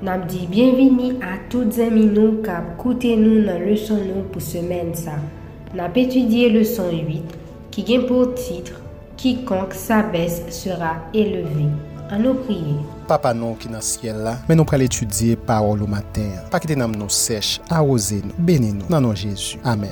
N'a dit bienvenue à toutes amis nous qui écoutez nous dans le leçon nous pour semaine ça. N'a étudié leçon 8 qui gagne pour titre quiconque s'abaisse sera élevé. En nous prier. Papa nous qui dans le ciel là, mais nous allons étudier parole au matin. Pas quitter nous sèche, arroser nous, bénis nous dans nom Jésus. Amen.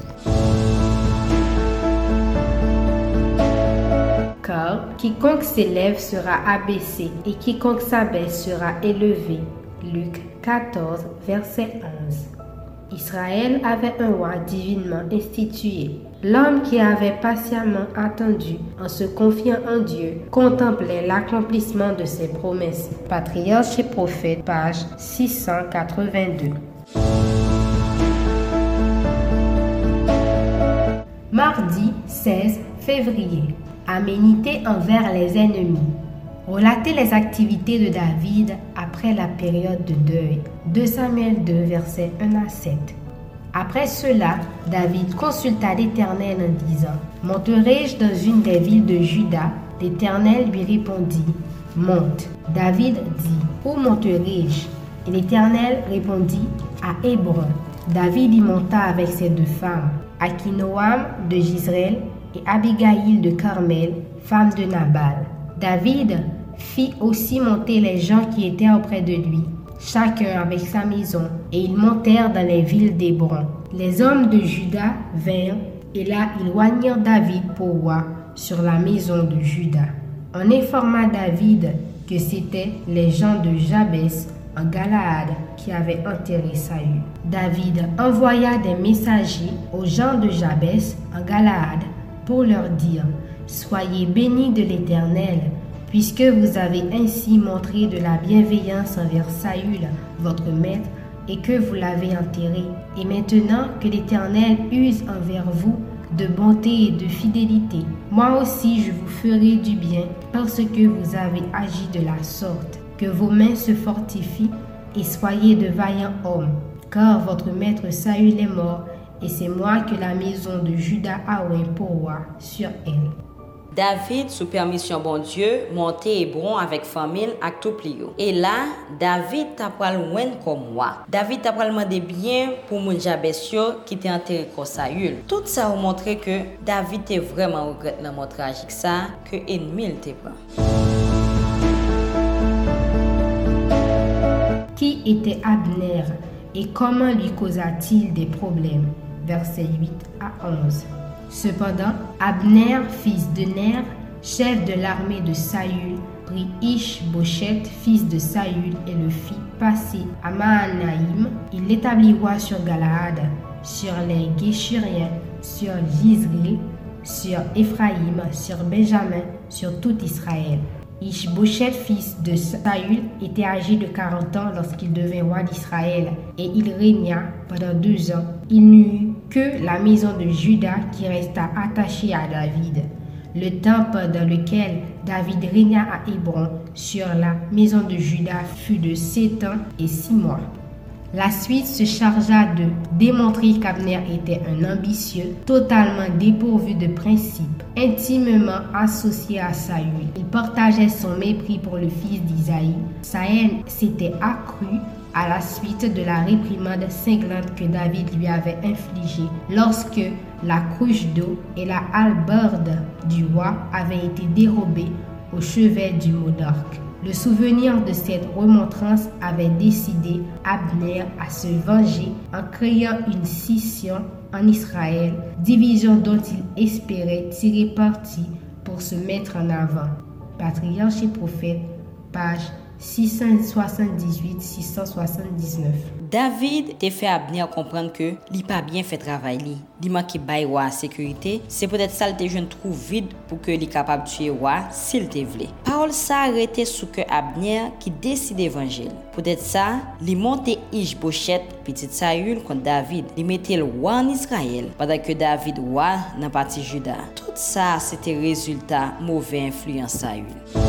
Car quiconque s'élève sera abaissé et quiconque s'abaisse sera élevé. Luc 14, verset 11. Israël avait un roi divinement institué. L'homme qui avait patiemment attendu en se confiant en Dieu contemplait l'accomplissement de ses promesses. Patriarche et prophète, page 682. Mardi 16 février. Aménité envers les ennemis. Relatez les activités de David après la période de deuil. 2 Samuel 2, versets 1 à 7. Après cela, David consulta l'Éternel en disant « Monterai-je dans une des villes de Juda ?» L'Éternel lui répondit « Monte. » David dit « Où monterai-je » Et l'Éternel répondit « À Hébron. » David y monta avec ses 2 femmes, Akinoam de Jizreel et Abigaïl de Carmel, femme de Nabal. David fit aussi monter les gens qui étaient auprès de lui, chacun avec sa maison, et ils montèrent dans les villes d'Hébron. Les hommes de Juda vinrent, et là ils oignirent David pour roi sur la maison de Juda. On informa David que c'étaient les gens de Jabès en Galaad qui avaient enterré Saül. David envoya des messagers aux gens de Jabès en Galaad pour leur dire « Soyez bénis de l'Éternel, puisque vous avez ainsi montré de la bienveillance envers Saül, votre maître, et que vous l'avez enterré. Et maintenant que l'Éternel use envers vous de bonté et de fidélité, moi aussi je vous ferai du bien parce que vous avez agi de la sorte. Que vos mains se fortifient et soyez de vaillants hommes, car votre maître Saül est mort, et c'est moi que la maison de Juda a oint pour roi sur elle. » David, sous permission bon Dieu, monté Hébron avec famille ak tout plio. Et là, David t'a pral loin comme moi. David t'a pral demandé bien pour moun Jabesio qui était enterré comme Saül. Tout ça a montré que David était vraiment regret dans mon tragique ça que ennemi te prend. Qui était Abner et comment lui causa-t-il des problèmes? Versets 8 à 11. Cependant, Abner, fils de Ner, chef de l'armée de Saül, prit Ish-Boshet, fils de Saül, et le fit passer à Mahanaïm. Il l'établit roi sur Galaad, sur les Géshuriens, sur Jizreel, sur Éphraïm, sur Benjamin, sur tout Israël. Ish-Boshet, fils de Saül, était âgé de 40 ans lorsqu'il devint roi d'Israël, et il régna pendant 2 ans. Il n'eut eu que la maison de Juda qui resta attachée à David. Le temps pendant lequel David régna à Hébron sur la maison de Juda fut de 7 ans et 6 mois. La suite se chargea de démontrer qu'Abner était un ambitieux, totalement dépourvu de principes, intimement associé à Saül. Il partageait son mépris pour le fils d'Isaïe. Sa haine s'était accrue à la suite de la réprimande cinglante que David lui avait infligée lorsque la cruche d'eau et la hallebarde du roi avaient été dérobées au chevet du monarque. Le souvenir de cette remontrance avait décidé Abner à se venger en créant une scission en Israël, division dont il espérait tirer parti pour se mettre en avant. Patriarche et prophète, page 678-679. David te fait Abner comprendre que li pas bien fait travail li. Li manque bay roi sécurité, c'est peut-être ça le te jeune trouve vide pour que li capable tuer roi s'il te voulait. Parole ça arrêté sous que Abner qui décide évangile. Peut-être ça, li monte Ish-Boshet petit Saül contre David, li mettait le roi en Israël pendant que David roi dans partie Juda. Tout ça c'était résultat mauvais influence Saül.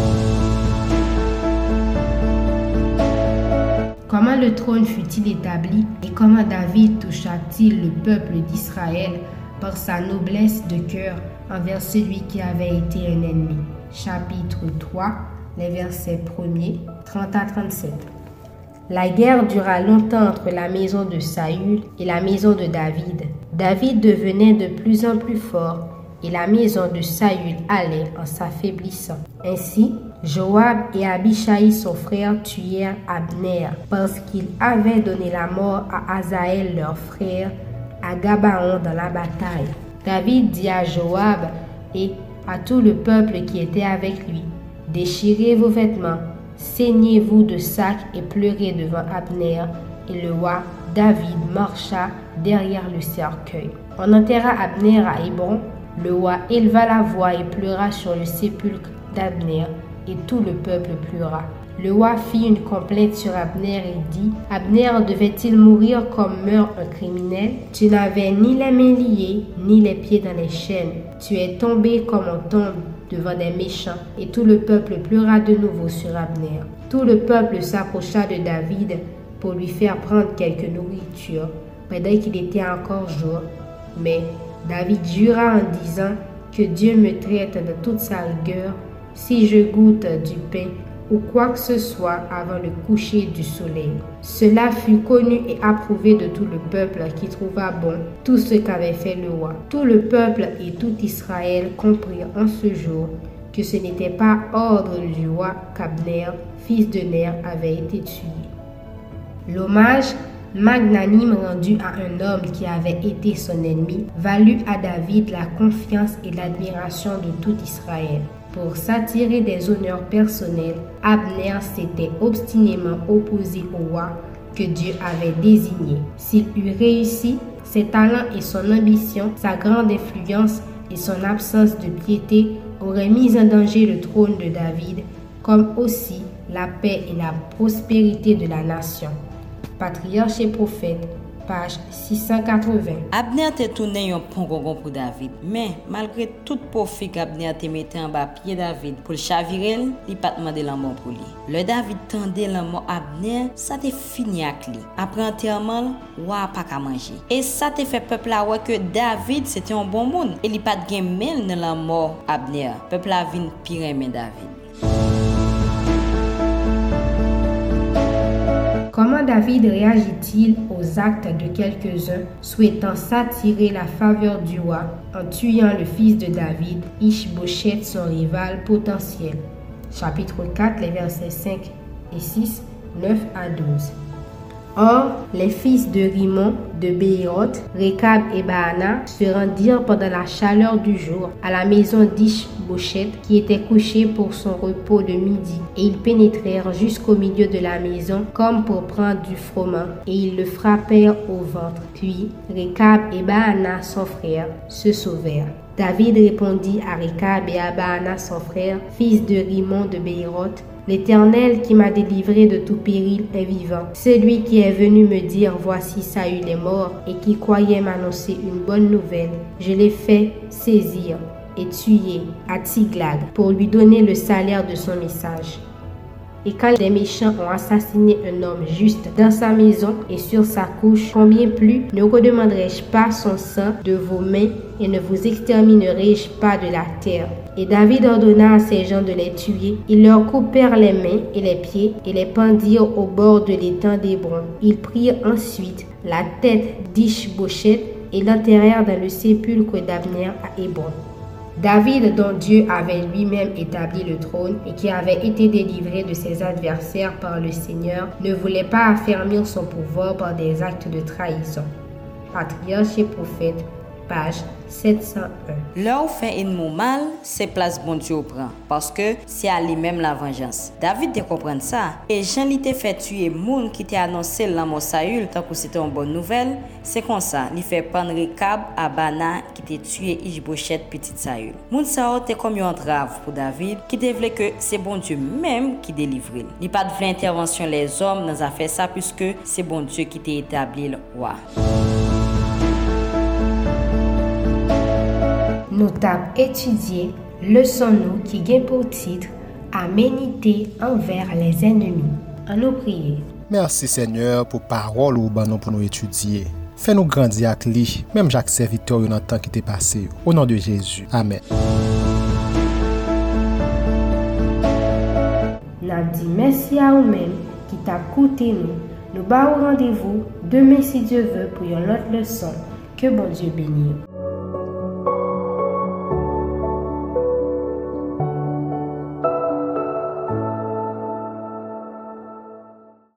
Comment le trône fut-il établi et comment David toucha-t-il le peuple d'Israël par sa noblesse de cœur envers celui qui avait été un ennemi? Chapitre 3, les versets 1er, 30 à 37. La guerre dura longtemps entre la maison de Saül et la maison de David. David devenait de plus en plus fort et la maison de Saül allait en s'affaiblissant. Ainsi, Joab et Abishai son frère tuèrent Abner parce qu'il avait donné la mort à Asaël leur frère à Gabaon dans la bataille. David dit à Joab et à tout le peuple qui était avec lui, « Déchirez vos vêtements, saignez-vous de sacs et pleurez devant Abner. » Et le roi David marcha derrière le cercueil. On enterra Abner à Hébron. Le roi éleva la voix et pleura sur le sépulcre d'Abner, et tout le peuple pleura. Le roi fit une complainte sur Abner et dit, « Abner devait-il mourir comme meurt un criminel? Tu n'avais ni les mains liées, ni les pieds dans les chaînes. Tu es tombé comme on tombe devant des méchants. » Et tout le peuple pleura de nouveau sur Abner. Tout le peuple s'approcha de David pour lui faire prendre quelque nourriture, pendant qu'il était encore jour. Mais David jura en disant, « Que Dieu me traite de toute sa rigueur, si je goûte du pain ou quoi que ce soit avant le coucher du soleil. » Cela fut connu et approuvé de tout le peuple qui trouva bon tout ce qu'avait fait le roi. Tout le peuple et tout Israël comprirent en ce jour que ce n'était pas ordre du roi qu'Abner, fils de Ner, avait été tué. L'hommage magnanime rendu à un homme qui avait été son ennemi valut à David la confiance et l'admiration de tout Israël. Pour s'attirer des honneurs personnels, Abner s'était obstinément opposé au roi que Dieu avait désigné. S'il eût réussi, ses talents et son ambition, sa grande influence et son absence de piété auraient mis en danger le trône de David, comme aussi la paix et la prospérité de la nation. Patriarche et prophète, page 680. Abner te tourné un bon gogon pour David, mais malgré tout profit qu'Abner te mettait en bas pied David pour le chavirer, il pas demandé la mort pour lui. Le David tendait la mort Abner, ça te fini avec lui. Après enterrement, roi pas qu'à manger. Et ça te fait peuple là ouais que David c'était un bon monde. Et il pas de gain dans la mort Abner. Peuple là vinn pire aimer David. Comment David réagit-il aux actes de quelques-uns souhaitant s'attirer la faveur du roi en tuant le fils de David, Ish-Bosheth, son rival potentiel? Chapitre 4, les versets 5 et 6, 9 à 12. Or, les fils de Rimon, de Béhéroth, Rekab et Baana se rendirent pendant la chaleur du jour à la maison d'Ish-Bosheth qui était couché pour son repos de midi. Et ils pénétrèrent jusqu'au milieu de la maison comme pour prendre du froment et ils le frappèrent au ventre. Puis, Rekab et Baana, son frère, se sauvèrent. David répondit à Rekab et à Baana, son frère, fils de Rimon de Béhéroth, « L'Éternel qui m'a délivré de tout péril est vivant. Celui qui est venu me dire, voici Saül est mort, et qui croyait m'annoncer une bonne nouvelle, je l'ai fait saisir et tuer à Tiglag pour lui donner le salaire de son message. Et quand les méchants ont assassiné un homme juste dans sa maison et sur sa couche, combien plus ne redemanderai-je pas son sang de vos mains et ne vous exterminerai-je pas de la terre? » Et David ordonna à ses gens de les tuer. Ils leur coupèrent les mains et les pieds et les pendirent au bord de l'étang d'Hébron. Ils prirent ensuite la tête d'Ish-Bosheth et l'enterrèrent dans le sépulcre d'Abner à Hébron. David, dont Dieu avait lui-même établi le trône et qui avait été délivré de ses adversaires par le Seigneur, ne voulait pas affermir son pouvoir par des actes de trahison. Patriarche et prophète, page 701. Là où fait ennemi mal, c'est place bon Dieu prend, parce que c'est à lui-même la vengeance. David te comprend ça, et Jean li te fait tuer moun qui t'a annoncé la mort Saül, tant que c'était une bonne nouvelle, c'est comme ça, il fait prendre Rekab à Bana qui t'a tué Ish-Bosheth petite Saül. Moun ça te comme une entrave pour David, qui te voulait que c'est bon Dieu même qui délivre. Il pas de vraie intervention les hommes dans affaire ça, puisque c'est bon Dieu qui t'a établi le roi. Nous t'avons étudié leçon-nous qui gagne pour titre Aménité envers les ennemis. En nous prier. Merci Seigneur pour parole ou banon pour nous étudier. Fais-nous grandir avec lui, même Jacques serviteur dans le temps qui t'est passé. Au nom de Jésus. Amen. Nous dit merci à vous-même qui t'a coûté nous. Nous bah au rendez-vous demain si Dieu veut pour une autre leçon. Que bon Dieu bénisse.